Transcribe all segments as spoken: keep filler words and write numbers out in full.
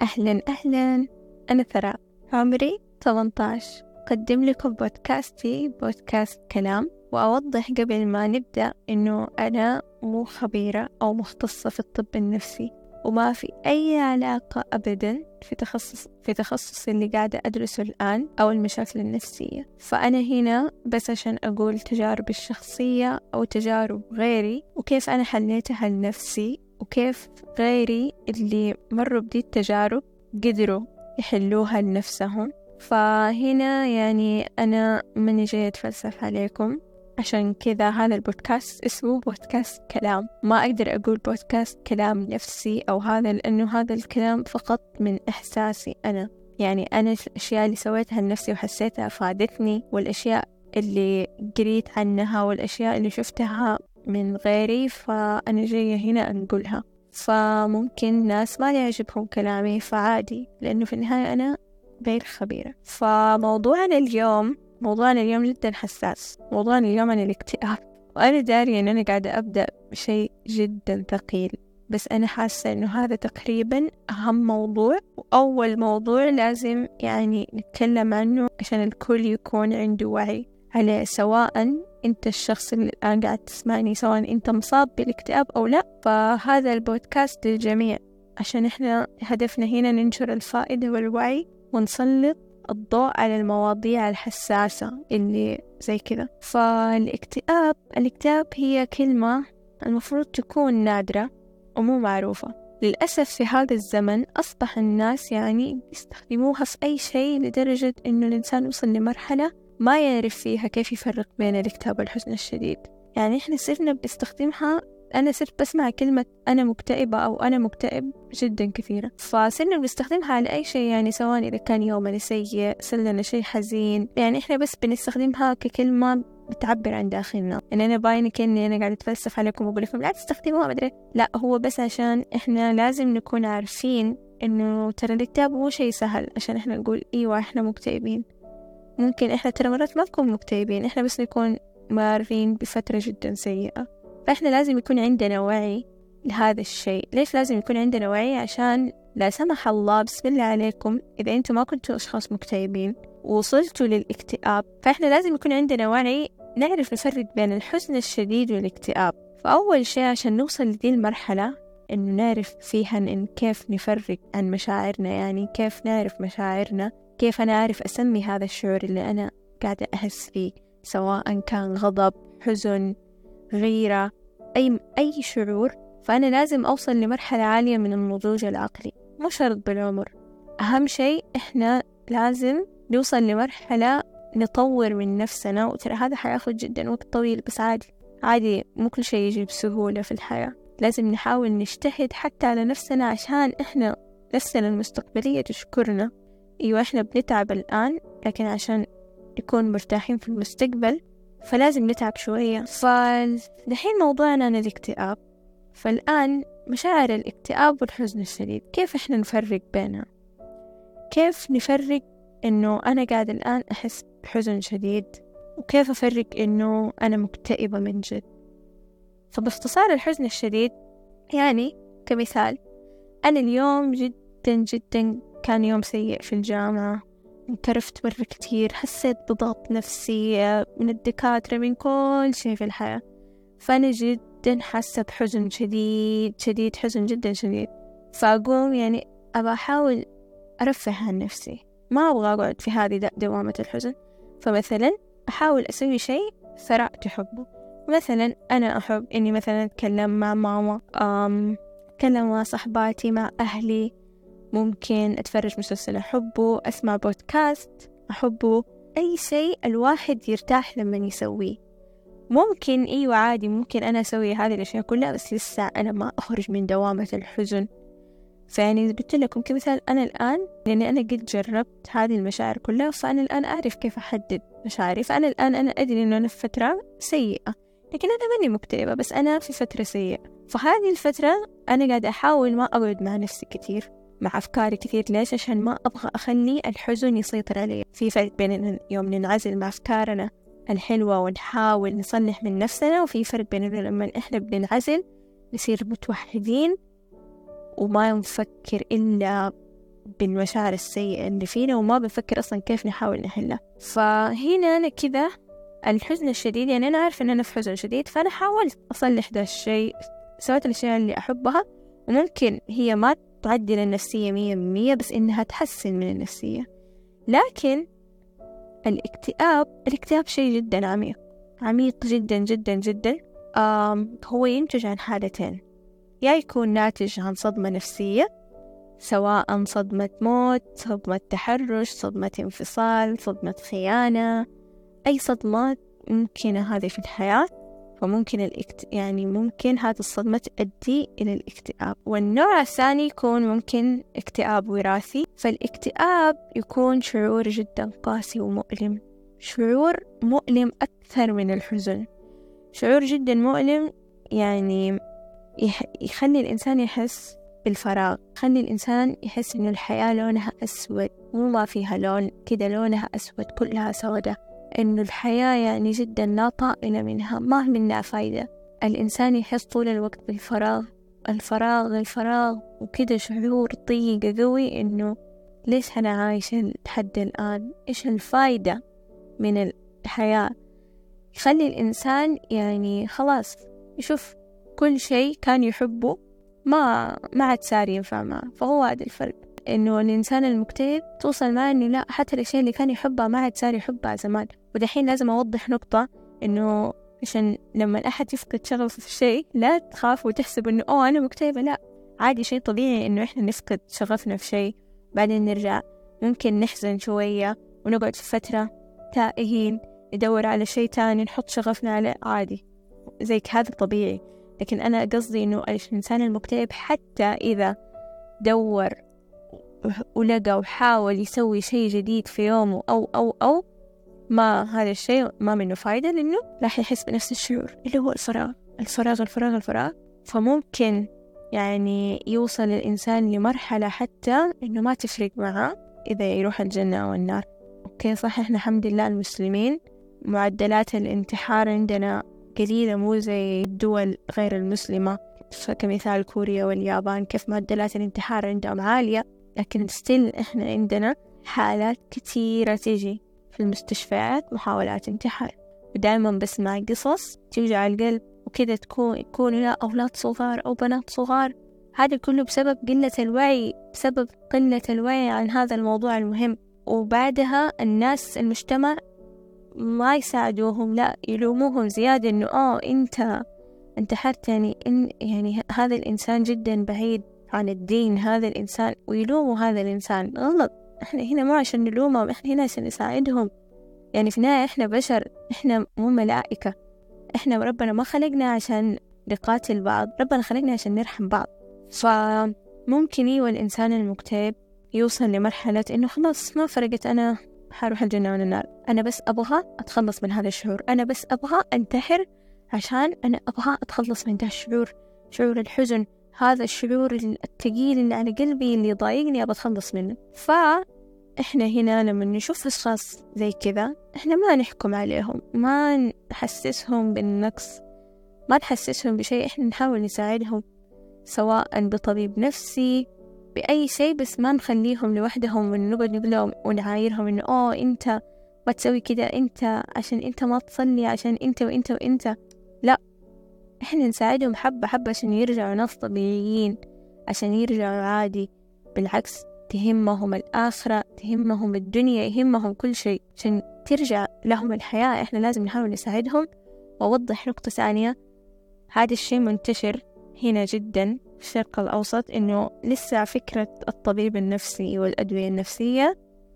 أهلا أهلا، أنا ثراء، عمري ثمانية عشر. أقدم لكم بودكاستي بودكاست كلام، وأوضح قبل ما نبدأ إنه أنا مو خبيرة أو مختصة في الطب النفسي، وما في أي علاقة أبدا في تخصص في تخصص اللي قاعدة أدرسه الآن أو المشاكل النفسية. فأنا هنا بس عشان أقول تجاربي الشخصية أو تجارب غيري وكيف أنا حليتها لنفسي، وكيف غيري اللي مروا بدي التجارب قدروا يحلوها لنفسهم. فهنا يعني أنا ماني جاية أتفلسف عليكم، عشان كذا هذا البودكاست اسمه بودكاست كلام. ما أقدر أقول بودكاست كلام نفسي أو هذا، لأنه هذا الكلام فقط من إحساسي أنا. يعني أنا الأشياء اللي سويتها لنفسي وحسيتها أفادتني، والأشياء اللي قريت عنها والأشياء اللي شفتها من غيري، فأنا جاية هنا أنقلها. فممكن ناس ما يعجبهم كلامي، فعادي، لأنه في النهاية أنا غير خبيرة. فموضوعنا اليوم موضوعنا اليوم جدا حساس. موضوعنا اليوم عن الاكتئاب، وأنا دارية أن أنا قاعدة أبدأ بشيء جدا ثقيل، بس أنا حاسة أنه هذا تقريبا أهم موضوع وأول موضوع لازم يعني نتكلم عنه عشان الكل يكون عنده وعي عليه، سواء أنت الشخص اللي الآن قاعد تسمعني، سواء أنت مصاب بالاكتئاب أو لا. فهذا البودكاست للجميع، عشان إحنا هدفنا هنا ننشر الفائدة والوعي ونسلط الضوء على المواضيع الحساسة اللي زي كذا. فالاكتئاب الاكتئاب هي كلمة المفروض تكون نادرة ومو معروفة. للأسف في هذا الزمن أصبح الناس يعني يستخدموها في أي شيء، لدرجة إنه الإنسان وصل لمرحلة ما يعرف فيها كيف يفرق بين الاكتئاب والحزن الشديد. يعني إحنا صرنا بنستخدمها، أنا صرت بسمع كلمة أنا مكتئبة أو أنا مكتئب جدا كثيرة، فصرنا بنستخدمها على أي شيء. يعني سواء إذا كان يومنا سيء، صار لنا شيء حزين، يعني إحنا بس بنستخدمها ككلمة بتعبر عن داخلنا. إن أنا باينة كأني أنا قاعدة أتفلسف عليكم وأقول لكم لا تستخدموها مدري، لا، هو بس عشان إحنا لازم نكون عارفين إنه ترى الاكتئاب مو شيء سهل عشان إحنا نقول إيوه إحنا مكتئبين. ممكن إحنا ترى مرات ما نكون مكتئبين، إحنا بس نكون مارين بفترة جدا سيئة. فإحنا لازم يكون عندنا وعي لهذا الشيء. ليش لازم يكون عندنا وعي؟ عشان لا سمح الله، بسم الله عليكم، إذا أنتم ما كنتوا أشخاص مكتئبين ووصلتوا للاكتئاب، فإحنا لازم يكون عندنا وعي نعرف نفرق بين الحزن الشديد والاكتئاب. فأول شيء عشان نوصل لدي المرحلة إنه نعرف فيها إن كيف نفرق عن مشاعرنا، يعني كيف نعرف مشاعرنا، كيف أنا أعرف أسمي هذا الشعور اللي أنا قاعدة أحس فيه، سواء كان غضب، حزن، غيرة، أي أي شعور. فأنا لازم أوصل لمرحلة عالية من النضوج العقلي، مو شرط بالعمر. أهم شيء إحنا لازم نوصل لمرحلة نطور من نفسنا، وترى هذا حياخد جدا وقت طويل، بس عادي عادي، مو كل شيء يجي بسهولة في الحياة. لازم نحاول نجتهد حتى على نفسنا عشان إحنا نفسنا المستقبلية تشكرنا. أيوة إحنا بنتعب الآن، لكن عشان نكون مرتاحين في المستقبل فلازم نتعب شوية. فالحين موضوعنا عن الاكتئاب. فالآن مشاعر الاكتئاب والحزن الشديد، كيف إحنا نفرق بينها؟ كيف نفرق إنه أنا قاعد الآن أحس بحزن شديد، وكيف أفرق إنه أنا مكتئبة من جد؟ فباختصار الحزن الشديد يعني كمثال، أنا اليوم جدا جدا كان يوم سيء في الجامعة، انكرفت مرة كتير، حسيت بضغط نفسي من الدكاترة، من كل شيء في الحياة. فأنا جدا حاسة بحزن شديد شديد، حزن جدا شديد. فأقوم يعني أبغى أحاول أرفه عن نفسي، ما أبغى أقعد في هذه دوامة الحزن. فمثلا أحاول أسوي شيء ثراء تحبه. مثلا أنا أحب إني مثلا أتكلم مع ماما، أم أتكلم مع صحباتي، مع أهلي، ممكن أتفرج مسلسل أحبه، أسمع بودكاست أحبه، أي شيء الواحد يرتاح لما يسويه. ممكن أيوة عادي، ممكن أنا أسوي هذه الأشياء كلها بس لسه أنا ما أخرج من دوامة الحزن. فيعني قلت لكم كمثال، أنا الآن لأني أنا قد جربت هذه المشاعر كلها، فأنا الآن أعرف كيف أحدد مشاعري. فأنا الآن أنا أدري إنه أنا في فترة سيئة، لكن أنا ماني مكتئبة، بس أنا في فترة سيئة. فهذه الفترة أنا قاعدة أحاول ما أقعد مع نفسي كتير، مع أفكاري كثير. ليش؟ عشان ما أبغى أخلي الحزن يسيطر علي. في فرق بين يوم ننعزل مع أفكارنا الحلوة ونحاول نصلح من نفسنا، وفي فرق بين لما إحنا بننعزل نصير متوحدين وما نفكر إلا بالمشاعر السيئة اللي فينا وما بنفكر أصلا كيف نحاول نحلها. فهنا أنا كذا الحزن الشديد، يعني أنا عارفة أن أنا في حزن شديد، فأنا حاولت أصلح ده الشيء، سويت الأشياء اللي أحبها، وممكن هي ما تعدل النفسية مية بالمية بس إنها تحسن من النفسية. لكن الاكتئاب الاكتئاب شيء جدا عميق عميق جدا جدا جدا. هو ينتج عن حالتين، يا يكون ناتج عن صدمة نفسية، سواء صدمة موت، صدمة تحرش، صدمة انفصال، صدمة خيانة، أي صدمات ممكنة هذه في الحياة، فممكن الاكت... يعني ممكن هذه الصدمة تؤدي إلى الاكتئاب. والنوع الثاني يكون ممكن اكتئاب وراثي. فالاكتئاب يكون شعور جدا قاسي ومؤلم، شعور مؤلم أكثر من الحزن، شعور جدا مؤلم، يعني يح... يخلي الإنسان يحس بالفراغ، يخلي الإنسان يحس إنه الحياة لونها أسود، مو ما فيها لون كده، لونها أسود كلها سودة، إنه الحياة يعني جدا لا طائل منها، ما منها فايدة. الإنسان يحس طول الوقت بالفراغ، الفراغ الفراغ وكده، شعور ضيق قوي، إنه ليش أنا عايشة لحد الآن، إيش الفايدة من الحياة. يخلي الإنسان يعني خلاص يشوف كل شيء كان يحبه ما ما عاد صار ينفع معه. فهو هذا الفرق، إنه الإنسان المكتئب توصل معه إنه لا، حتى الأشياء اللي كان يحبها ما عاد صار يحبها زمان. ودحين لازم أوضح نقطة، إنه عشان لما أحد يفقد شغفه في الشيء لا تخاف وتحسب إنه أوه أنا مكتئبة، لا، عادي، شيء طبيعي إنه إحنا نفقد شغفنا في شيء، بعدين نرجع، ممكن نحزن شوية ونقعد في فترة تائهين، ندور على شيء تاني نحط شغفنا عليه، عادي زي هذا طبيعي. لكن أنا قصدي إنه الإنسان المكتئب حتى إذا دور ولقى وحاول يسوي شيء جديد في يومه أو أو أو ما هذا الشيء ما منه فايدة، لأنه راح يحس بنفس الشعور اللي هو الفراغ الفراغ الفراغ الفراغ. فممكن يعني يوصل الإنسان لمرحلة حتى إنه ما تفرق معه إذا يروح الجنة أو النار. أوكي صح، إحنا الحمد لله المسلمين معدلات الانتحار عندنا قليلة، مو زي الدول غير المسلمة، فكمثال كوريا واليابان كيف معدلات الانتحار عندهم عالية، لكن ستيل إحنا عندنا حالات كثيرة تيجي في المستشفيات محاولات انتحار. ودائما بسمع قصص توجع القلب وكذا، تكون يكون لا أولاد صغار أو بنات صغار. هذا كله بسبب قلة الوعي، بسبب قلة الوعي عن هذا الموضوع المهم. وبعدها الناس المجتمع ما يساعدوهم، لا يلوموهم زيادة، إنه آه أنت انتحرت، يعني إن يعني هذا الإنسان جدا بعيد عن الدين، هذا الإنسان، ويلوموا هذا الإنسان. غلط، إحنا هنا مو عشان نلومهم، إحنا هنا عشان نساعدهم. يعني في النهاية إحنا بشر، إحنا مو ملائكة، إحنا ربنا ما خلقنا عشان نقاتل بعض، ربنا خلقنا عشان نرحم بعض. فممكن إيوه الإنسان المكتئب يوصل لمرحلة إنه خلاص ما فرقت، أنا حروح الجنة ولا النار، أنا بس أبغى أتخلص من هذا الشعور، أنا بس أبغى أنتحر عشان أنا أبغى أتخلص من ده الشعور، شعور الحزن، هذا الشعور الثقيل اللي على قلبي اللي يضايقني أبغى أتخلص منه. فإحنا هنا لما نشوف أشخاص زي كذا إحنا ما نحكم عليهم، ما نحسسهم بالنقص، ما نحسسهم بشيء، إحنا نحاول نساعدهم سواء بطبيب نفسي بأي شيء، بس ما نخليهم لوحدهم ونقعد نقول لهم ونعايرهم إنه أوه أنت ما تسوي كده، أنت عشان أنت ما تصلي، عشان أنت وأنت وأنت. لا، إحنا نساعدهم حبة حبة عشان يرجعوا ناس طبيعيين، عشان يرجعوا عادي. بالعكس، تهمهم الآخرة، تهمهم الدنيا، يهمهم كل شيء عشان ترجع لهم الحياة. إحنا لازم نحاول نساعدهم. وأوضح نقطة ثانية، هذا الشيء منتشر هنا جدا في الشرق الأوسط، إنه لسه فكرة الطبيب النفسي والأدوية النفسية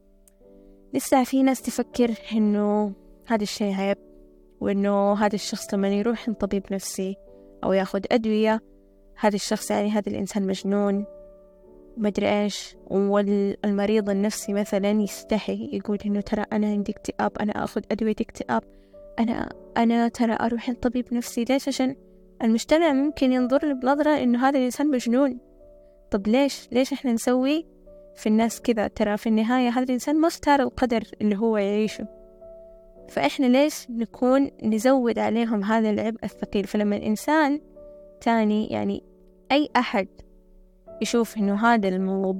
لسه في ناس تفكر إنه هذا الشيء عيب، وإنه هذا الشخص لما يروح لطبيب نفسي أو ياخد أدوية هذا الشخص يعني هذا الإنسان مجنون مدري إيش. والمريض النفسي مثلا يستحي يقول إنه ترى أنا عندي اكتئاب، أنا أخذ أدوية اكتئاب، أنا أنا ترى أروح لطبيب نفسي. ليش؟ عشان المجتمع ممكن ينظر بنظرة إنه هذا الإنسان مجنون. طب ليش ليش إحنا نسوي في الناس كذا؟ ترى في النهاية هذا الإنسان ما اختار القدر اللي هو يعيشه، فإحنا ليش نكون نزود عليهم هذا العبء الثقيل؟ فلما الإنسان تاني يعني أي أحد يشوف إنه هذا الموضوع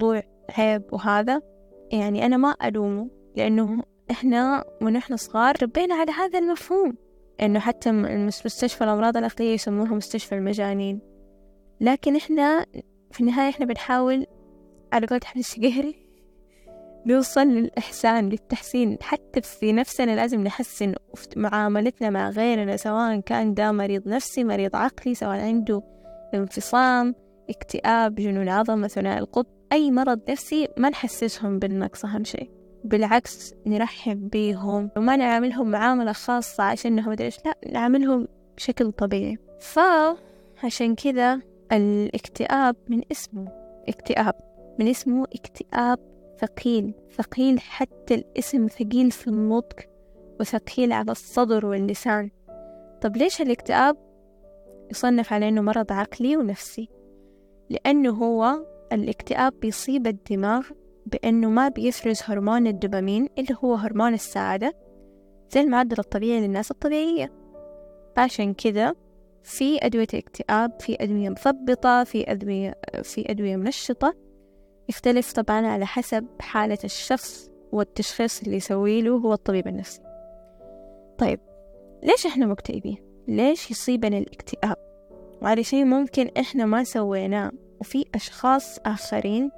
عيب وهذا، يعني أنا ما ألومه، لأنه إحنا ونحن صغار ربينا على هذا المفهوم، إنه حتى مستشفى الأمراض العقلية يسموها مستشفى المجانين. لكن إحنا في النهاية إحنا بنحاول على قولة أحمد الشقيري نوصل للإحسان للتحسين، حتى في نفسنا لازم نحسن معاملتنا مع غيرنا، سواء كان ده مريض نفسي مريض عقلي، سواء عنده انفصام اكتئاب جنون عظمة ثنائي القطب أي مرض نفسي، ما نحسسهم بالنقص أهم شيء، بالعكس نرحب بيهم وما نعاملهم معاملة خاصة عشانهم مدريش، لا نعاملهم بشكل طبيعي. فعشان كذا الاكتئاب من اسمه اكتئاب من اسمه اكتئاب ثقيل ثقيل، حتى الاسم ثقيل في النطق وثقيل على الصدر واللسان. طب ليش الاكتئاب يصنف على أنه مرض عقلي ونفسي؟ لأنه هو الاكتئاب بيصيب الدماغ بأنه ما بيفرز هرمون الدوبامين اللي هو هرمون السعادة زي المعدل الطبيعي للناس الطبيعية. عشان كذا في أدوية اكتئاب، في أدوية مثبطة، في أدوية في أدوية منشطة، يختلف طبعا على حسب حالة الشخص والتشخيص اللي يسوي له هو الطبيب النفسي. طيب ليش إحنا مكتئبين؟ ليش يصيبنا الاكتئاب؟ وعلى شيء ممكن إحنا ما سويناه، وفي أشخاص آخرين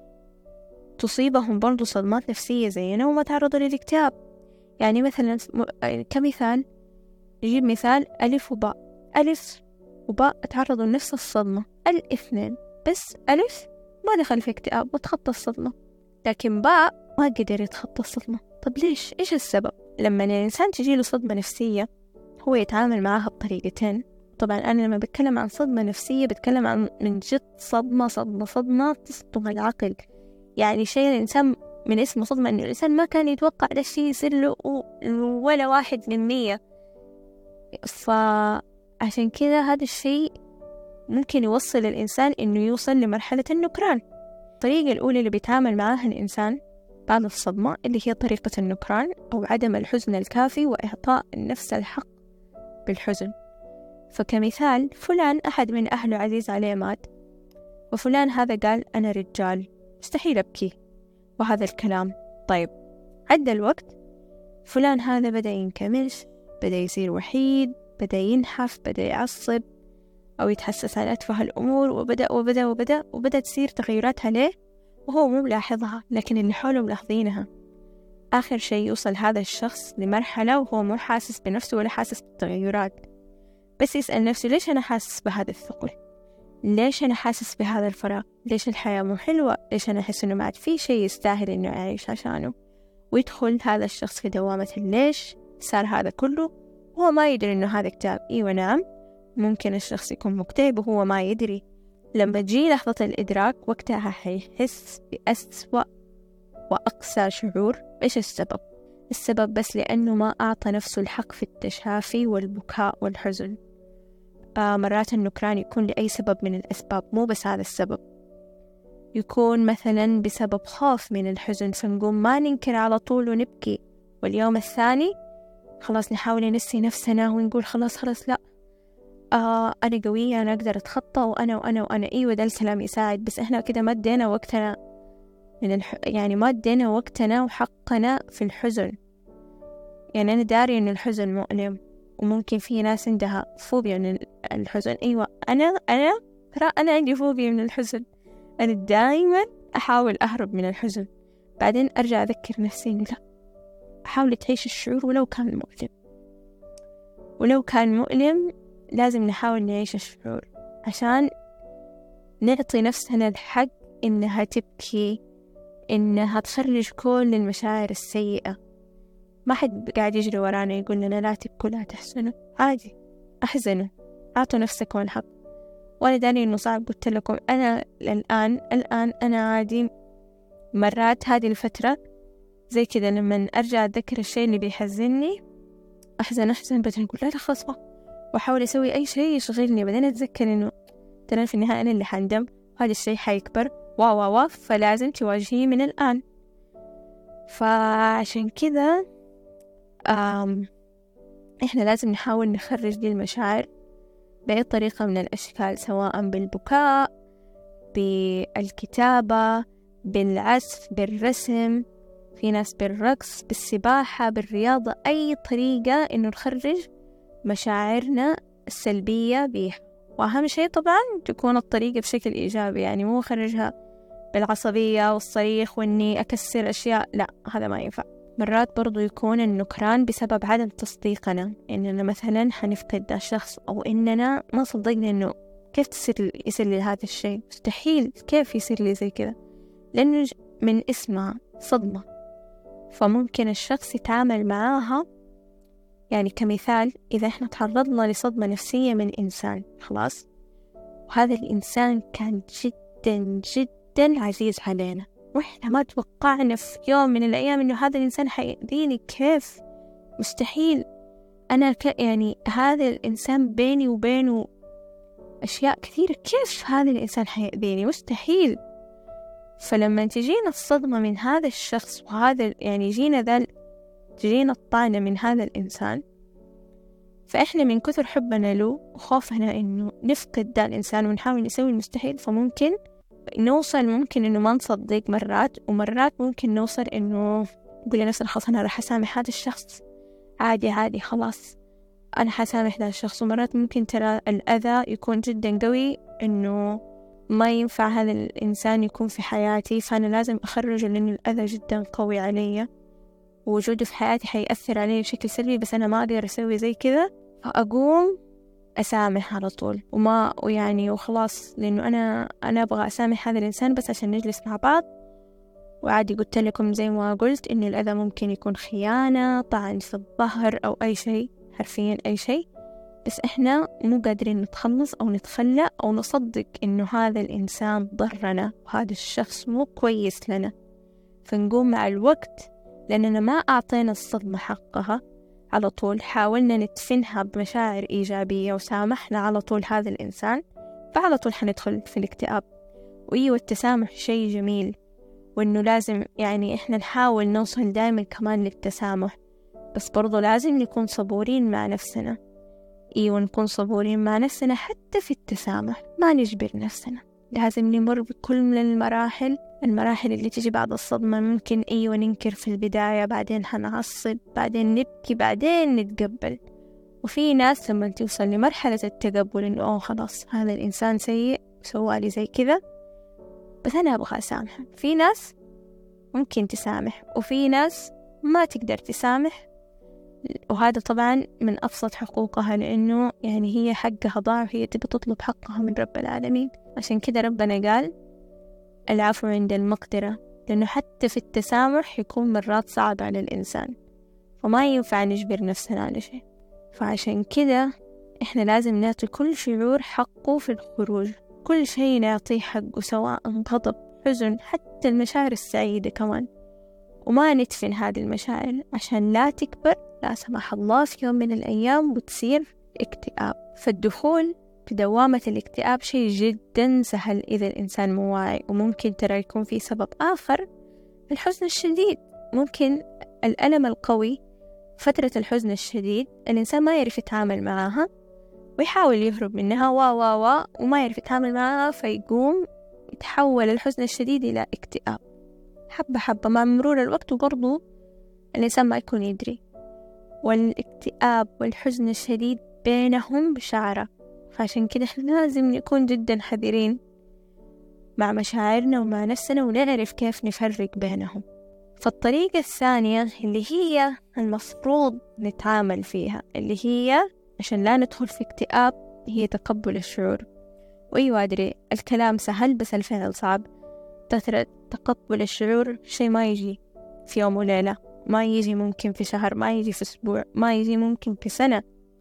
تصيبهم برضو صدمات نفسية زينا وما تعرضوا للاكتئاب. يعني مثلا كمثال نجيب مثال ألف وباء، ألف وباء تعرضوا لنفس الصدمة الاثنين، بس ألف ما دخل في اكتئاب وتخطى الصدمة، لكن باء ما قدر يتخطى الصدمة. طب ليش؟ إيش السبب؟ لما الإنسان تجيله صدمة نفسية هو يتعامل معها بطريقتين. طبعا أنا لما بتكلم عن صدمة نفسية بتكلم عن من جد صدمة صدمة صدمة تصدم العقل، يعني شيء الإنسان من اسمه صدمة، إنه الإنسان ما كان يتوقع ده الشيء يصير له ولا واحد من مية. فعشان كذا هذا الشيء ممكن يوصل الإنسان إنه يوصل لمرحلة النكران. الطريقة الأولى اللي بيتعامل معها الإنسان بعد الصدمة اللي هي طريقة النكران أو عدم الحزن الكافي وإعطاء النفس الحق بالحزن. فكمثال فلان أحد من أهله عزيز عليه مات، وفلان هذا قال أنا رجال مستحيل أبكي وهذا الكلام. طيب عدى الوقت، فلان هذا بدأ ينكمش، بدأ يصير وحيد، بدأ ينحف، بدأ يعصب أو يتحسس على أتفه الأمور، وبدأ وبدأ وبدأ وبدأ تصير تغيرات عليه وهو مو ملاحظها، لكن اللي حوله ملاحظينها. آخر شيء يوصل هذا الشخص لمرحلة وهو مو حاسس بنفسه ولا حاسس بالتغيرات، بس يسأل نفسه ليش أنا حاسس بهذا الثقل؟ ليش أنا حاسس بهذا الفراغ؟ ليش الحياة مو حلوة؟ ليش أنا أحس إنه ما عاد في شيء يستاهل إنه أعيش عشانه؟ ويدخل هذا الشخص في دوامة ليش صار هذا كله وهو ما يدري إنه هذا اكتئاب. إيوة نعم، ممكن الشخص يكون مكتئب وهو ما يدري. لما تجي لحظة الإدراك وقتها حيحس بأسوأ وأقسى شعور. إيش السبب؟ السبب بس لأنه ما أعطى نفسه الحق في التشافي والبكاء والحزن. آه مرات النكران يكون لأي سبب من الأسباب، مو بس هذا السبب، يكون مثلا بسبب خوف من الحزن، فنقوم ما ننكر على طول ونبكي، واليوم الثاني خلاص نحاول ننسي نفسنا ونقول خلاص خلاص لا آه أنا قوية، أنا أقدر أتخطى، وأنا وأنا وأنا إيوة ده الكلام يساعد، بس إحنا كده ما ادينا وقتنا من الح... يعني ما ادينا وقتنا وحقنا في الحزن. يعني أنا داري إن الحزن مؤلم، وممكن في ناس عندها فوبيا من الحزن. أيوة أنا أنا ترى أنا عندي فوبيا من الحزن، أنا دائما أحاول أهرب من الحزن، بعدين أرجع أذكر نفسي إنه لا، أحاول تعيش الشعور ولو كان مؤلم، ولو كان مؤلم لازم نحاول نعيش الشعور عشان نعطي نفسنا الحق إنها تبكي، إنها تخرج كل المشاعر السيئة. ما حد قاعد يجري ورانا يقول لنا لا تبكوا لا تحزنوا، عادي أحزنوا، أعطوا نفسكم الحق. وأنا داني إنه صعب، قلت لكم أنا الآن الآن أنا عادي مرات هذه الفترة زي كذا لما أرجع أتذكر الشيء اللي بيحزنني أحزن أحزن، بعدين أقول لا لا خلاص ما، وأحاول أسوي أي شيء يشغلني، بعدين أتذكر إنه ترى في النهاية أنا اللي حندم، وهذا الشيء حيكبر وا وا وا فلازم تواجهيه من الآن. فعشان كذا إحنا لازم نحاول نخرج دي المشاعر بأي طريقة من الأشكال، سواء بالبكاء، بالكتابة، بالعزف، بالرسم، في ناس بالرقص، بالسباحة، بالرياضة، أي طريقة إنه نخرج مشاعرنا السلبية بيها. وأهم شيء طبعا تكون الطريقة بشكل إيجابي، يعني مو أخرجها بالعصبية والصريخ وإني أكسر أشياء، لا، هذا ما ينفع. مرات برضو يكون النكران بسبب عدم تصديقنا، إننا مثلا حنفقد الشخص، أو إننا ما صدقنا إنه كيف تصير يصير لي هذا الشيء، مستحيل، كيف يصير لي زي كذا، لأنه من اسمها صدمة. فممكن الشخص يتعامل معاها، يعني كمثال إذا إحنا تعرضنا لصدمة نفسية من إنسان خلاص، وهذا الإنسان كان جدا جدا عزيز علينا، وإحنا ما توقعنا في يوم من الأيام إنه هذا الإنسان حيأذيني، كيف، مستحيل. أنا ك... يعني هذا الإنسان بيني وبينه أشياء كثيرة، كيف هذا الإنسان حيأذيني، مستحيل. فلما تجينا الصدمة من هذا الشخص، وهذا يعني يجينا ذا تجينا الطعنة من هذا الإنسان، فإحنا من كثر حبنا له وخوفنا إنه نفقد ذا الإنسان ونحاول نسوي المستحيل، فممكن نوصل ممكن إنه ما نصدق مرات، ومرات ممكن نوصل إنه نقول لنفسنا خلاص أنا راح أسامح هذا الشخص، عادي عادي خلاص أنا حسامح ذا الشخص. ومرات ممكن ترى الأذى يكون جدا قوي، إنه ما ينفع هذا الإنسان يكون في حياتي، فأنا لازم أخرجه لأن الأذى جدا قوي علي، ووجوده في حياتي حيأثر علي بشكل سلبي، بس أنا ما أقدر أسوي زي كذا، فأقوم أسامح على طول، وما ويعني وخلاص، لأنه أنا أنا أبغى أسامح هذا الإنسان بس عشان نجلس مع بعض. وعادي قلت لكم زي ما قلت إن الأذى ممكن يكون خيانة، طعن في الظهر، أو أي شيء، حرفيا أي شيء، بس إحنا مو قادرين نتخلص أو نتخلى أو نصدق إنه هذا الإنسان ضرنا وهذا الشخص مو كويس لنا، فنقوم مع الوقت لأننا ما أعطينا الصدمة حقها على طول، حاولنا ندفنها بمشاعر إيجابية وسامحنا على طول هذا الإنسان، فعلى طول حندخل في الاكتئاب. وإيوه التسامح شيء جميل، وإنه لازم يعني إحنا نحاول نوصل دائما كمان للتسامح، بس برضو لازم نكون صبورين مع نفسنا. إيوه نكون صبورين مع نفسنا حتى في التسامح، ما نجبر نفسنا، لازم نمر بكل من المراحل المراحل اللي تجي بعد الصدمة. ممكن أيوة ننكر في البداية، بعدين حنعصب، بعدين نبكي، بعدين نتقبل. وفي ناس لما توصل لمرحلة التقبل إنه أوه خلاص هذا الإنسان سيء سوالي زي كذا، بس أنا أبغى أسامح. في ناس ممكن تسامح، وفي ناس ما تقدر تسامح، وهذا طبعا من أبسط حقوقها، لأنه يعني هي حقها ضاع وهي تبي تطلب حقها من رب العالمين. عشان كده ربنا قال العفو عند المقدرة، لأنه حتى في التسامح يكون مرات صعب على الإنسان، فما ينفع نجبر نفسنا على شيء. فعشان كده إحنا لازم نعطي كل شعور حقه في الخروج، كل شيء نعطيه حقه، سواء غضب، حزن، حتى المشاعر السعيدة كمان، وما ندفن هذه المشاعر عشان لا تكبر لا سمح الله في يوم من الأيام وتصير اكتئاب. فالدخول في دوامة الاكتئاب شيء جدا سهل إذا الإنسان مو واعي، وممكن ترى يكون في سبب آخر، الحزن الشديد. ممكن الألم القوي، فترة الحزن الشديد الإنسان ما يعرف يتعامل معها ويحاول يهرب منها و و و وما يعرف يتعامل معها، فيقوم يتحول الحزن الشديد إلى اكتئاب حبة حبة مع مرور الوقت، وبرضو الإنسان ما يكون يدري. والاكتئاب والحزن الشديد بينهم بشعرة، فعشان كده إحنا لازم نكون جدا حذرين مع مشاعرنا ومع نفسنا، ونعرف كيف نفرق بينهم. فالطريقة الثانية اللي هي المفروض نتعامل فيها، اللي هي عشان لا ندخل في اكتئاب، هي تقبل الشعور. وأيوة أدري الكلام سهل بس الفعل صعب. ترى تقبل الشعور شيء ما يجي في يوم وليلة، ما يجي ممكن في شهر، ما يجي في أسبوع، ما يجي ممكن في سنة.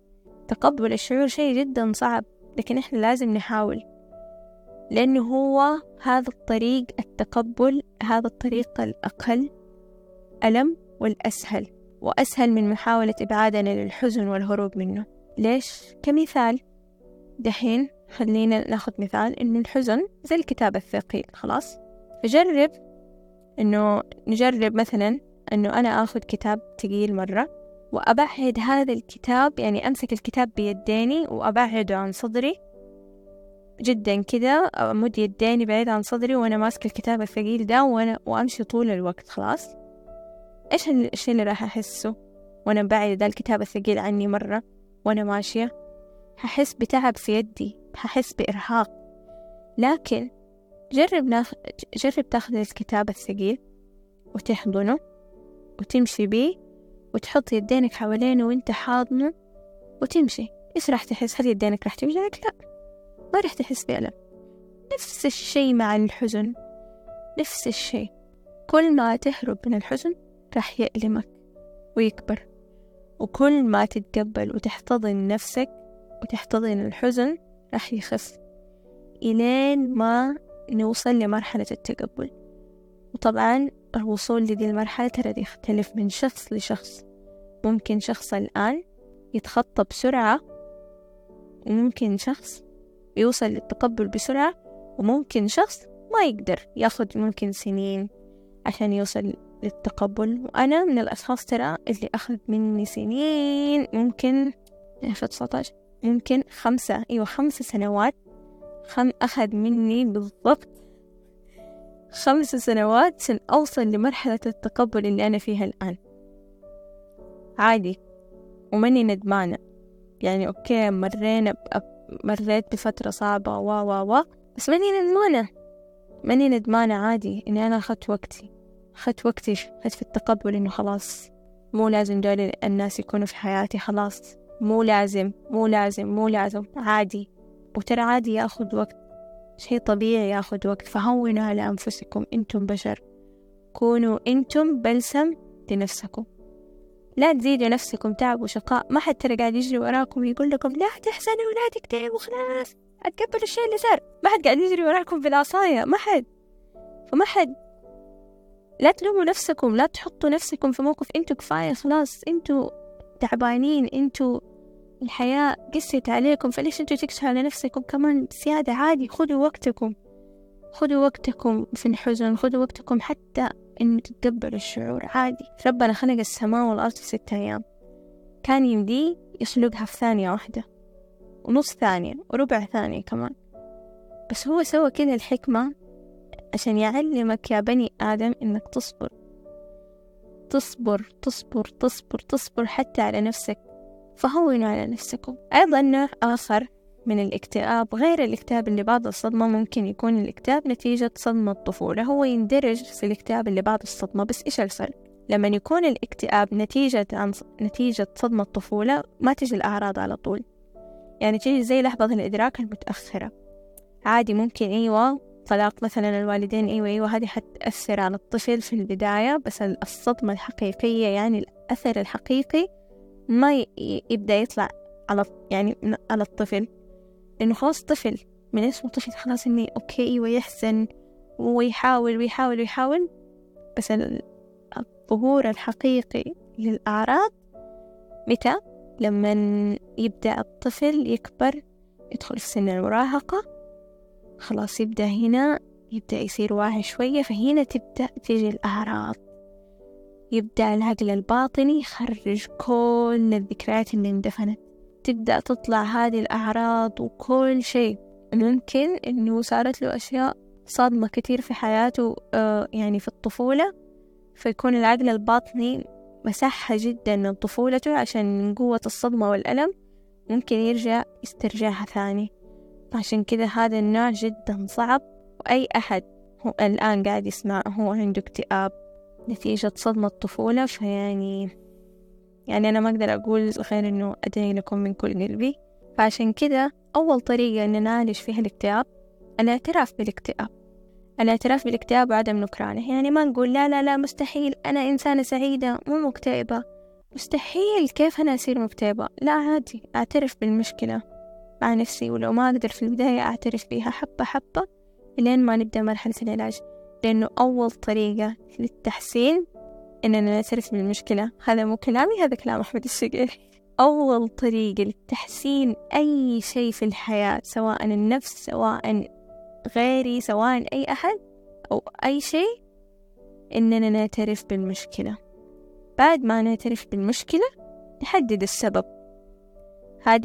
تقبل الشعور شيء جدا صعب، لكن إحنا لازم نحاول، لأنه هو هذا الطريق التقبل، هذا الطريق الأقل ألم والأسهل، وأسهل من محاولة إبعادنا للحزن والهروب منه. ليش؟ كمثال دحين خلينا ناخذ مثال إنه الحزن زي الكتاب الثقيل، خلاص فجرب إنه نجرب مثلا إنه أنا أخذ كتاب ثقيل مرة وأبعد هذا الكتاب، يعني أمسك الكتاب بيديني وأبعده عن صدري جدا كده، أمد يديني بعيد عن صدري وأنا ماسكة الكتاب الثقيل ده وأنا وأمشي طول الوقت. خلاص إيش الشيء اللي راح أحسه وأنا بعيد ده الكتاب الثقيل عني مرة وأنا ماشية؟ هحس بتعب في يدي، هحس بإرهاق. لكن جرب ناخ... جرب تاخذ الكتاب الثقيل وتحضنه وتمشي بيه وتحط يدينك حوالينه وانت حاضنه وتمشي. إيش راح تحس؟ هل يدينك راح توجعك؟ لا، ما راح تحس بألم. نفس الشيء مع الحزن، نفس الشيء. كل ما تهرب من الحزن راح يألمك ويكبر، وكل ما تتقبل وتحتضن نفسك وتحتضن الحزن راح يخف، إلين ما نوصل لمرحلة التقبل. وطبعا الوصول لدي المرحلة ترى يختلف من شخص لشخص. ممكن شخص الآن يتخطى بسرعة، وممكن شخص يوصل للتقبل بسرعة، وممكن شخص ما يقدر، ياخد ممكن سنين عشان يوصل للتقبل. وأنا من الأشخاص ترى اللي أخذ مني سنين، ممكن في تسعة عشر ممكن خمسة أيوة خمسة سنوات خم أخذ مني بالضبط خمس سنوات عشان أوصل لمرحلة التقبل اللي أنا فيها الآن. عادي وماني ندمانة، يعني أوكي مرينا مريت بفترة صعبة وا وا وا بس ماني ندمانة، ماني ندمانة. عادي إني أنا أخذت وقتي، أخذت وقتي أخذت في التقبل إنه خلاص مو لازم دول الناس يكونوا في حياتي، خلاص مو لازم مو لازم مو لازم عادي. وترى عادي ياخد وقت، شيء طبيعي ياخد وقت. فهونوا على أنفسكم، أنتم بشر، كونوا أنتم بلسم لنفسكم، لا تزيدوا نفسكم تعب وشقاء. ما حد ترى قاعد يجري وراكم ويقول لكم لا تحزنوا ولا تكتئبوا وخلاص أتقبلوا الشيء اللي صار. ما حد قاعد يجري وراكم بالعصاية، ما حد. فما حد، لا تلوموا نفسكم، لا تحطوا نفسكم في موقف. أنتوا كفاية خلاص، أنتوا تعبانين، أنتوا الحياة قست عليكم، فليش أنتوا تكسوا على نفسكم كمان زيادة؟ عادي، خذوا وقتكم، خذوا وقتكم في الحزن، خذوا وقتكم حتى إنه تتقبلوا الشعور. عادي. ربنا خلق السماء والأرض في ستة أيام، كان يمدي يخلقها في ثانية واحدة ونص ثانية وربع ثانية كمان، بس هو سوى كده الحكمة عشان يعلمك يا بني آدم إنك تصبر تصبر تصبر تصبر تصبر حتى على نفسك. فهونوا على نفسكم. أيضا نوع آخر من الاكتئاب غير الاكتئاب اللي بعد الصدمة، ممكن يكون الاكتئاب نتيجة صدمة الطفولة. هو يندرج في الاكتئاب اللي بعد الصدمة، بس إيش الفرق؟ لما يكون الاكتئاب نتيجة عن نتيجة صدمة الطفولة ما تجي الأعراض على طول، يعني تيجي زي لحظة الإدراك المتأخرة. عادي ممكن أيوة طلاق مثلا الوالدين، أيوة أيوة هذه حتأثر على الطفل في البداية، بس الصدمة الحقيقية يعني الأثر الحقيقي ما يبدأ يطلع على يعني على الطفل، لأنه خلاص طفل من اسمه طفل، خلاص إني أوكي ويحزن ويحاول ويحاول ويحاول. بس الظهور الحقيقي للأعراض متى؟ لما يبدأ الطفل يكبر، يدخل في سن المراهقة، خلاص يبدأ هنا يبدأ يصير واعي شوية، فهنا تبدأ تيجي الأعراض. يبدأ العقل الباطني يخرج كل الذكريات اللي اندفنت، تبدأ تطلع هذه الأعراض وكل شيء. ممكن إنه صارت له أشياء صادمة كتير في حياته آه يعني في الطفولة، فيكون العقل الباطني مسحها جدا من طفولته عشان من قوة الصدمة والألم ممكن يرجع يسترجعها ثاني. عشان كده هذا النوع جدا صعب. وأي أحد هو الآن قاعد يسمع هو عنده اكتئاب نتيجة صدمة الطفولة، فيعني يعني أنا ما أقدر أقول غير إنه أدعي لكم من كل قلبي. فعشان كده أول طريقة إن نعالج فيها الاكتئاب الاعتراف بالاكتئاب، الاعتراف بالاكتئاب وعدم نكرانه. يعني ما نقول لا لا لا مستحيل أنا إنسانة سعيدة مو مكتئبة، مستحيل كيف أنا أصير مكتئبة. لا عادي، أعترف بالمشكلة مع نفسي، ولو ما أقدر في البداية أعترف بيها حبة حبة لين ما نبدأ مرحلة العلاج. لأنه أول طريقة للتحسين إننا نعترف بالمشكلة. هذا مو كلامي، هذا كلام أحمد الشقيري. أول طريقة للتحسين أي شيء في الحياة، سواء النفس سواء غيري سواء أي أحد أو أي شيء، إننا نعترف بالمشكلة. بعد ما نعترف بالمشكلة نحدد السبب. هذه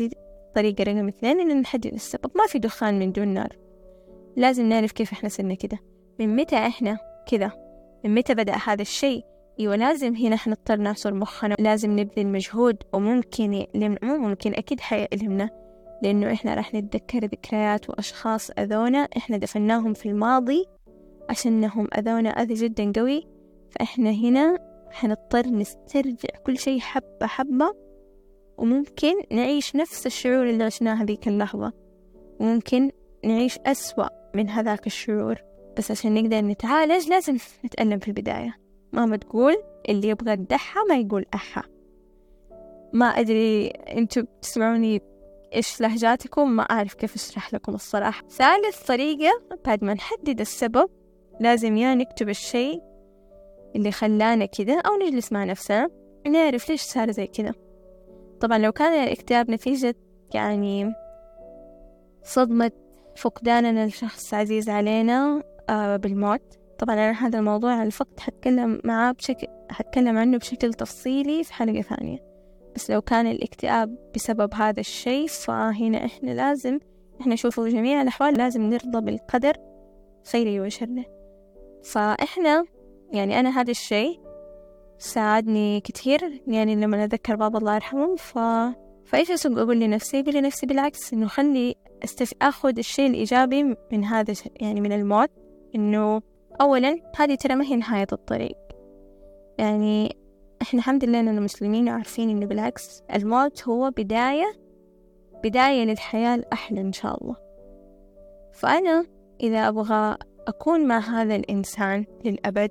طريقة رقم اثنين إن نحدد السبب. ما في دخان من دون نار. لازم نعرف كيف إحنا صرنا كده، من متى إحنا كده، من متى بدأ هذا الشيء. أيوة لازم هنا حنضطر نعصر مخنا، لازم نبذل مجهود، وممكن يألم، مو ممكن أكيد حيألمنا، لأنه إحنا راح نتذكر ذكريات وأشخاص أذونا إحنا دفناهم في الماضي عشانهم أذونا أذى جدا قوي. فإحنا هنا حنضطر نسترجع كل شيء حبة حبة، وممكن نعيش نفس الشعور اللي عشناه هذيك اللحظة، وممكن نعيش أسوأ من هذاك الشعور. بس عشان نقدر نتعالج لازم نتألم في البداية. ماما تقول اللي يبغى الدحة ما يقول أحا. ما أدري أنتوا بتسمعوني إيش لهجاتكم، ما أعرف كيف أشرح لكم الصراحة. ثالث طريقة بعد ما نحدد السبب، لازم يا نكتب الشيء اللي خلانا كده، أو نجلس مع نفسنا نعرف ليش صار زي كده. طبعا لو كان الاكتئاب نتيجة يعني صدمة فقداننا لشخص عزيز علينا آه بالموت، طبعا أنا هذا الموضوع على الفقد حتكلم معاه بشكل حتكلم عنه بشكل تفصيلي في حلقة ثانية. بس لو كان الاكتئاب بسبب هذا الشيء، فهنا إحنا لازم إحنا نشوفه جميع الأحوال لازم نرضى بالقدر خيره وشره. فإحنا يعني أنا هذا الشيء ساعدني كتير، يعني لما أتذكر بابا الله يرحمه ف... فإيش أسوق أقول لنفسي أقول لنفسي بالعكس، إنه خلي استف... أخذ الشيء الإيجابي من هذا يعني من الموت. إنه أولا هذه ترى ما هي نهاية الطريق، يعني إحنا الحمد لله إننا مسلمين وعارفين إنه بالعكس الموت هو بداية بداية للحياة الأحلى إن شاء الله. فأنا إذا أبغى أكون مع هذا الإنسان للأبد،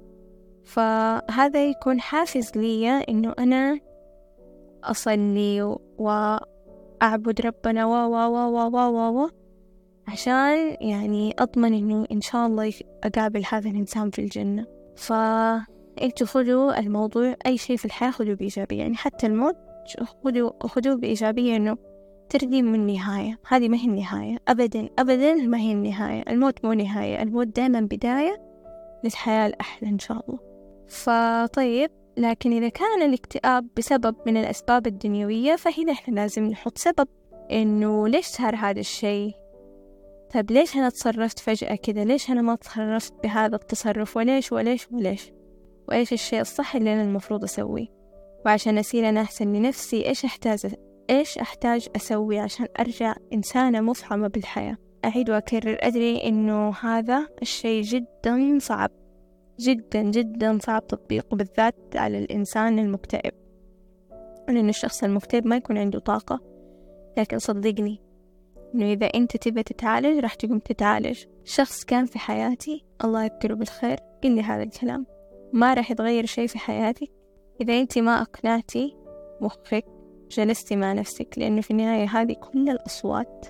فهذا يكون حافز لي إنه أنا أصلي وأعبد ربنا و و و و و و عشان يعني أضمن إنه إن شاء الله أقابل هذا الإنسان في الجنة. فأنتوا خذوا الموضوع أي شيء في الحياة خذوا بإيجابية، يعني حتى الموت خذوا خذوا بإيجابية، إنه ترضي من النهاية. هذه ما هي النهاية أبدا أبدا، ما هي النهاية. الموت مو نهاية، الموت دائما بداية للحياة الأحلى إن شاء الله. فطيب، لكن إذا كان الاكتئاب بسبب من الأسباب الدنيوية، فهنا إحنا لازم نحط سبب إنه ليش صار هذا الشيء. طيب ليش أنا تصرفت فجأة كده؟ ليش أنا ما تصرفت بهذا التصرف؟ وليش وليش وليش وإيش الشيء الصح اللي أنا المفروض أسويه؟ وعشان أصير أنا أحسن لنفسي إيش أحتاج إيش أحتاج أسوي عشان أرجع إنسانة مفعمة بالحياة؟ أعيد وأكرر، أدري إنه هذا الشيء جدا صعب جدا جدا صعب تطبيقه، بالذات على الإنسان المكتئب، لأن الشخص المكتئب ما يكون عنده طاقة. لكن صدقني إنه إذا أنت تبى تتعالج راح تقوم تتعالج. شخص كان في حياتي الله يذكره بالخير قل لي هذا الكلام، ما راح يتغير شيء في حياتك إذا أنت ما أقنعتي مخك، جلستي مع نفسك. لأنه في النهاية هذه كل الأصوات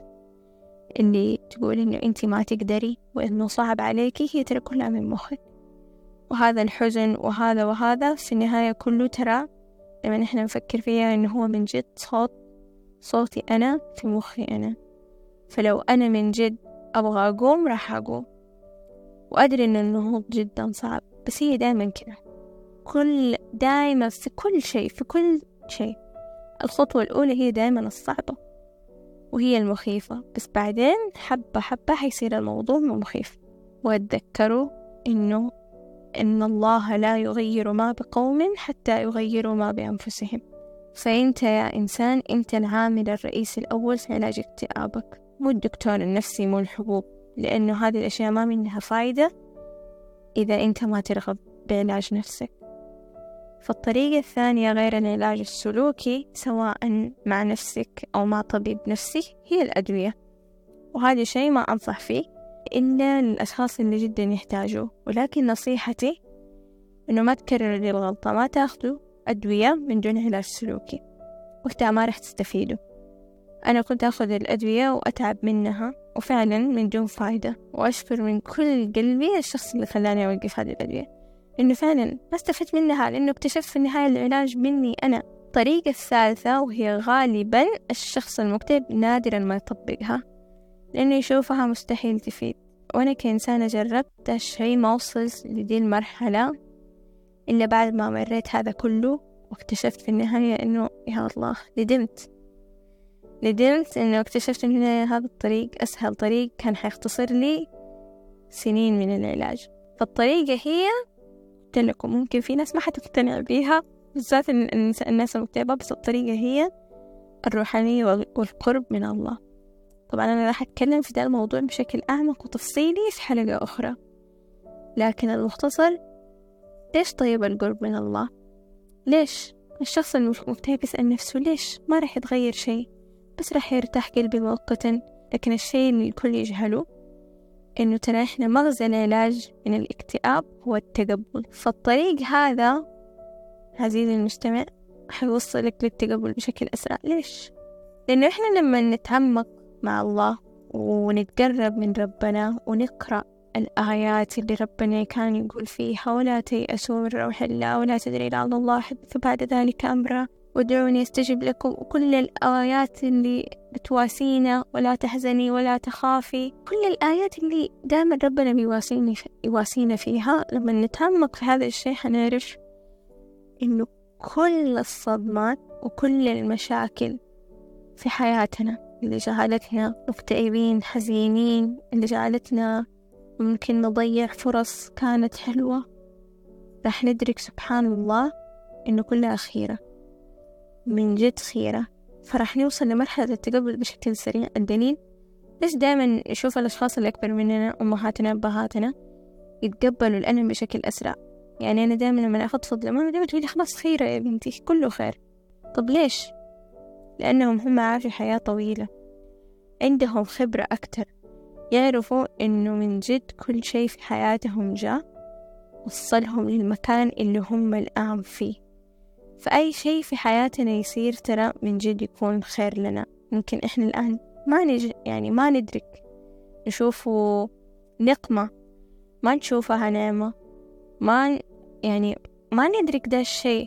اللي تقول إنه أنت ما تقدري وإنه صعب عليكي، هي ترى كلها من مخك. وهذا الحزن وهذا وهذا في النهاية كله ترى لما نحن نفكر فيها إنه هو من جد صوت صوتي أنا في مخي أنا. فلو أنا من جد أبغى أقوم راح أقوم، وأدري إن النهوض جدا صعب، بس هي دائما كده، كل دائما في كل شيء في كل شيء الخطوة الأولى هي دائما الصعبة وهي المخيفة، بس بعدين حبة حبة حيصير الموضوع مخيف. وأتذكروا إنه إن الله لا يغير ما بقوم حتى يغيروا ما بأنفسهم. فأنت يا إنسان أنت العامل الرئيسي الأول في علاج اكتئابك، مو الدكتور النفسي، مو الحبوب، لأنه هذه الأشياء ما منها فايدة إذا أنت ما ترغب بعلاج نفسك. فالطريقة الثانية غير العلاج السلوكي سواء مع نفسك أو مع طبيب نفسي هي الأدوية، وهذا شيء ما أنصح فيه إلا للأشخاص اللي جدا يحتاجوه. ولكن نصيحتي إنه ما تكرروا دي الغلطة، ما تاخدوا أدوية من دون علاج سلوكي، وقتها ما رح تستفيدوا. أنا كنت أخذ الأدوية وأتعب منها وفعلا من دون فايدة، وأشكر من كل قلبي الشخص اللي خلاني أوقف هذه الأدوية، إنه فعلا ما استفدت منها، لأنه اكتشفت في النهاية العلاج مني أنا. الطريقة الثالثة وهي غالبا الشخص المكتئب نادرا ما يطبقها لأنه يشوفها مستحيل تفيد. وأنا كإنسانة جربت الشيء ما وصلت لدي المرحلة إلا بعد ما مريت هذا كله، واكتشفت في النهاية إنه يا الله ندمت ندمت إنه اكتشفت إن هذا الطريق أسهل طريق كان حيختصر لي سنين من العلاج. فالطريقة هي، قلت لكم ممكن في ناس ما حتقتنع بيها بالذات الناس المكتئبة، بس الطريقة هي الروحانية والقرب من الله. طبعا أنا راح أتكلم في ده الموضوع بشكل أعمق وتفصيلي في حلقة أخرى، لكن المختصر، ليش طيب القرب من الله؟ ليش الشخص المكتئب يسأل نفسه ليش ما راح يتغير شيء، بس راح يرتاح قلبي مؤقتا. لكن الشيء اللي الكل يجهله إنه ترى إحنا مغزى العلاج من الاكتئاب هو التقبل. فالطريق هذا عزيزي المستمع حيوصلك للتقبل بشكل أسرع. ليش؟ لأنه إحنا لما نتعمق مع الله ونتقرب من ربنا ونقرأ الآيات اللي ربنا كان يقول فيها ولا تيأسوا من روح الله ولا تدري لعل الله حدث بعد ذلك أمرا ودعوني استجب لكم، وكل الآيات اللي بتواسينا ولا تحزني ولا تخافي، كل الآيات اللي دائما ربنا بيواسيني يواسينا فيها، لما نتعمق في هذا الشيء حنعرف إنه كل الصدمات وكل المشاكل في حياتنا اللي جعلتنا مكتئبين حزينين، اللي جعلتنا ممكن نضيع فرص كانت حلوة، راح ندرك سبحان الله إنه كلها خيرة، من جد خيرة. فراح نوصل لمرحلة التقبل بشكل سريع. الدليل ليش دائما نشوف الأشخاص اللي أكبر مننا، أمهاتنا أبهاتنا، يتقبلوا الألم بشكل أسرع. يعني أنا دائما لما أفضفض لماما دائما تقولي خلاص خيرة يا بنتي كله خير. طب ليش؟ لأنهم هم عاشوا حياة طويلة، عندهم خبرة أكتر، يعرفوا إنه من جد كل شيء في حياتهم جاء وصلهم للمكان اللي هم الآن فيه. فأي شيء في حياتنا يصير ترى من جد يكون خير لنا. ممكن إحنا الآن ما نج يعني ما ندرك، نشوفه نقمة، ما نشوفها نعمة، ما يعني ما ندرك ده الشيء.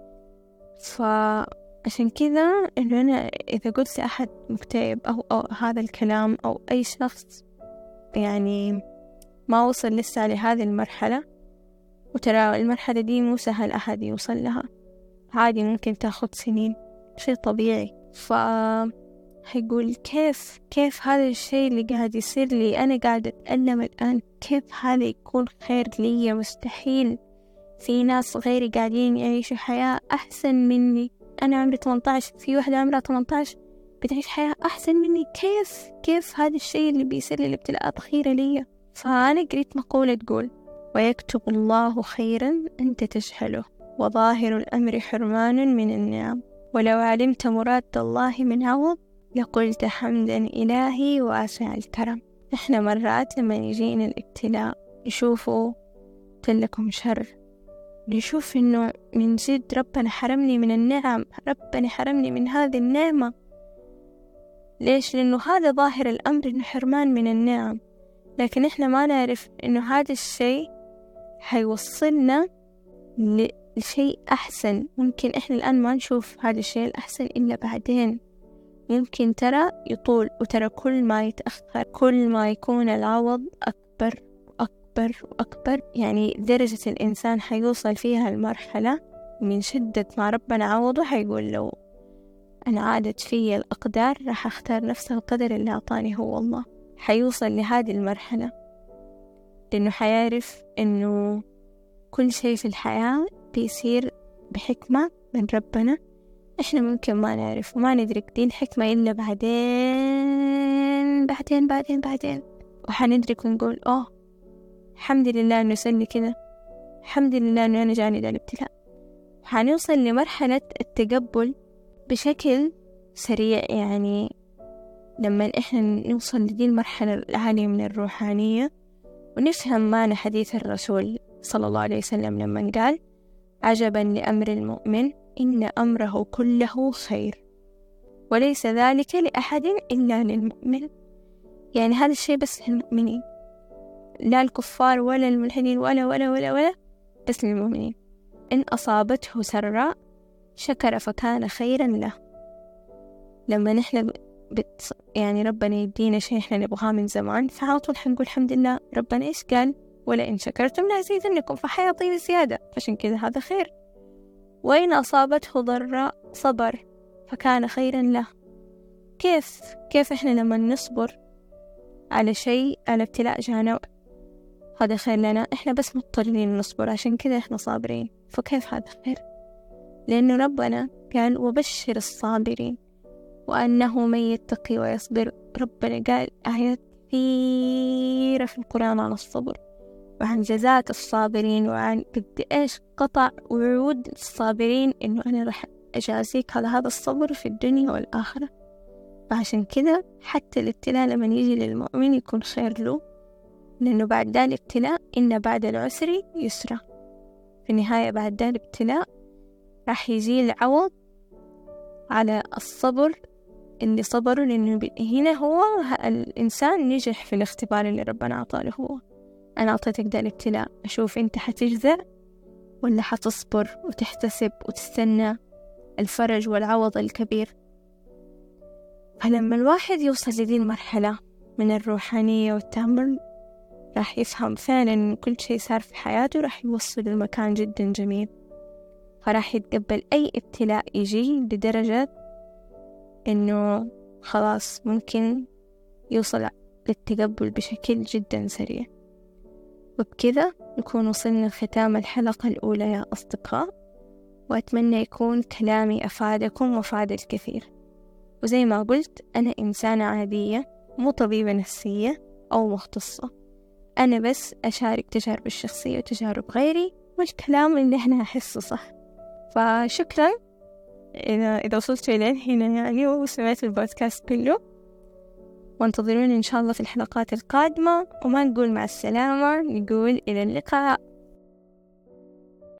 فعشان كذا إنه أنا إذا قلت لأحد مكتئب أو, أو هذا الكلام أو أي شخص يعني ما وصل لسه لهذه المرحلة، وترى المرحلة دي مو سهل أحد يوصل لها، عادي ممكن تاخد سنين، شيء طبيعي. فهيقول كيف كيف هذا الشيء اللي قاعد يصير لي أنا قاعدة أتألم الآن، كيف هذا يكون خير لي؟ مستحيل، في ناس غيري قاعدين يعيشوا حياة أحسن مني. أنا عمري ثمانية عشر، في واحدة عمرها ثمانية عشر بتعيش حياة أحسن مني. كيف كيف هذا الشيء اللي بيصير لي الابتلاءات خيرة لي؟ فأنا قريت مقولة تقول ويكتب الله خيرا أنت تجهله وظاهر الأمر حرمان من النعم، ولو علمت مراد الله من عوض لقلت حمدا إلهي واسع الكرم. إحنا مرات لما يجينا الابتلاء نشوفه تلكم شر، نشوف إنه من جد ربنا حرمني من النعم، ربنا حرمني من هذه النعمة. ليش؟ لأنه هذا ظاهر الأمر إنه حرمان من النعم، لكن إحنا ما نعرف إنه هذا الشيء حيوصلنا لشيء أحسن. ممكن إحنا الآن ما نشوف هذا الشيء الأحسن إلا بعدين، ممكن ترى يطول، وترى كل ما يتأخر كل ما يكون العوض أكبر وأكبر وأكبر. يعني درجة الإنسان حيوصل فيها المرحلة من شدة ما ربنا عوضه حيقول لو أنا عادت في الأقدار راح أختار نفس القدر اللي أعطاني هو الله. حيوصل لهذه المرحلة لأنه حيعرف إنه كل شيء في الحياة بيصير بحكمة من ربنا. إحنا ممكن ما نعرف وما ندرك دي الحكمة إلا بعدين بعدين بعدين بعدين وحندرك ونقول أوه الحمد لله إنه سلني كذا، الحمد لله إنه أنا جاني ذا الابتلاء. حنوصل لمرحلة التقبل بشكل سريع. يعني لما إحنا نوصل لدي المرحلة العالية من الروحانية ونفهم معنى حديث الرسول صلى الله عليه وسلم لما قال عجبا لأمر المؤمن إن أمره كله خير وليس ذلك لأحد إلا للمؤمن. يعني هذا الشيء بس للمؤمنين، لا الكفار ولا الملحدين ولا ولا ولا ولا بس للمؤمنين. إن أصابته سراء شكر فكان خيرا له. لما نحن بت يعني ربنا يدينا شيء إحنا نبغاه من زمان فعلى طول حنقول الحمد لله. ربنا إيش قال؟ ولا إن شكرتم لأزيدنكم، فحيعطيني زيادة، عشان كذا هذا خير. وإن أصابته ضراء صبر فكان خيرا له. كيف كيف إحنا لما نصبر على شيء، على ابتلاء جانا، هذا خير لنا، إحنا بس مضطرين نصبر عشان كذا إحنا صابرين، فكيف هذا خير؟ لأنه ربنا قال وبشر الصابرين وأنه من يتقي ويصبر. ربنا قال آيات كثيرة في القرآن عن الصبر وعن جزاء الصابرين وعن قد إيش قطع وعود الصابرين إنه أنا رح أجازيك على هذا الصبر في الدنيا والآخرة. فعشان كذا حتى الابتلاء لما يجي للمؤمن يكون خير له، لأنه بعد ذا الابتلاء إن بعد العسر يسرا، في النهاية بعد ذا الابتلاء راح يجي العوض على الصبر اللي صبره، لأنه هنا هو الإنسان نجح في الاختبار اللي ربنا عطاله. هو أنا أعطيتك ذا الابتلاء، أشوف أنت حتجزع ولا حتصبر وتحتسب وتستنى الفرج والعوض الكبير. فلما الواحد يوصل لذي المرحلة من الروحانية والتأمل راح يفهم فعلا إن كل شيء صار في حياته راح يوصل لمكان جدا جميل، فراح يتقبل أي ابتلاء يجي لدرجة إنه خلاص ممكن يوصل للتقبل بشكل جدا سريع. وبكذا نكون وصلنا لختام الحلقة الأولى يا أصدقاء، وأتمنى يكون كلامي أفادكم وفاد الكثير. وزي ما قلت أنا إنسانة عادية، مو طبيبة نفسية أو مختصة، أنا بس أشارك تجارب الشخصية وتجارب غيري والكلام اللي إحنا أحسه صح. فشكرا إذا إذا وصلتوا إلى هنا يعني وسمعت البودكاست كله، وانتظروني إن شاء الله في الحلقات القادمة. وما نقول مع السلامة، نقول إلى اللقاء.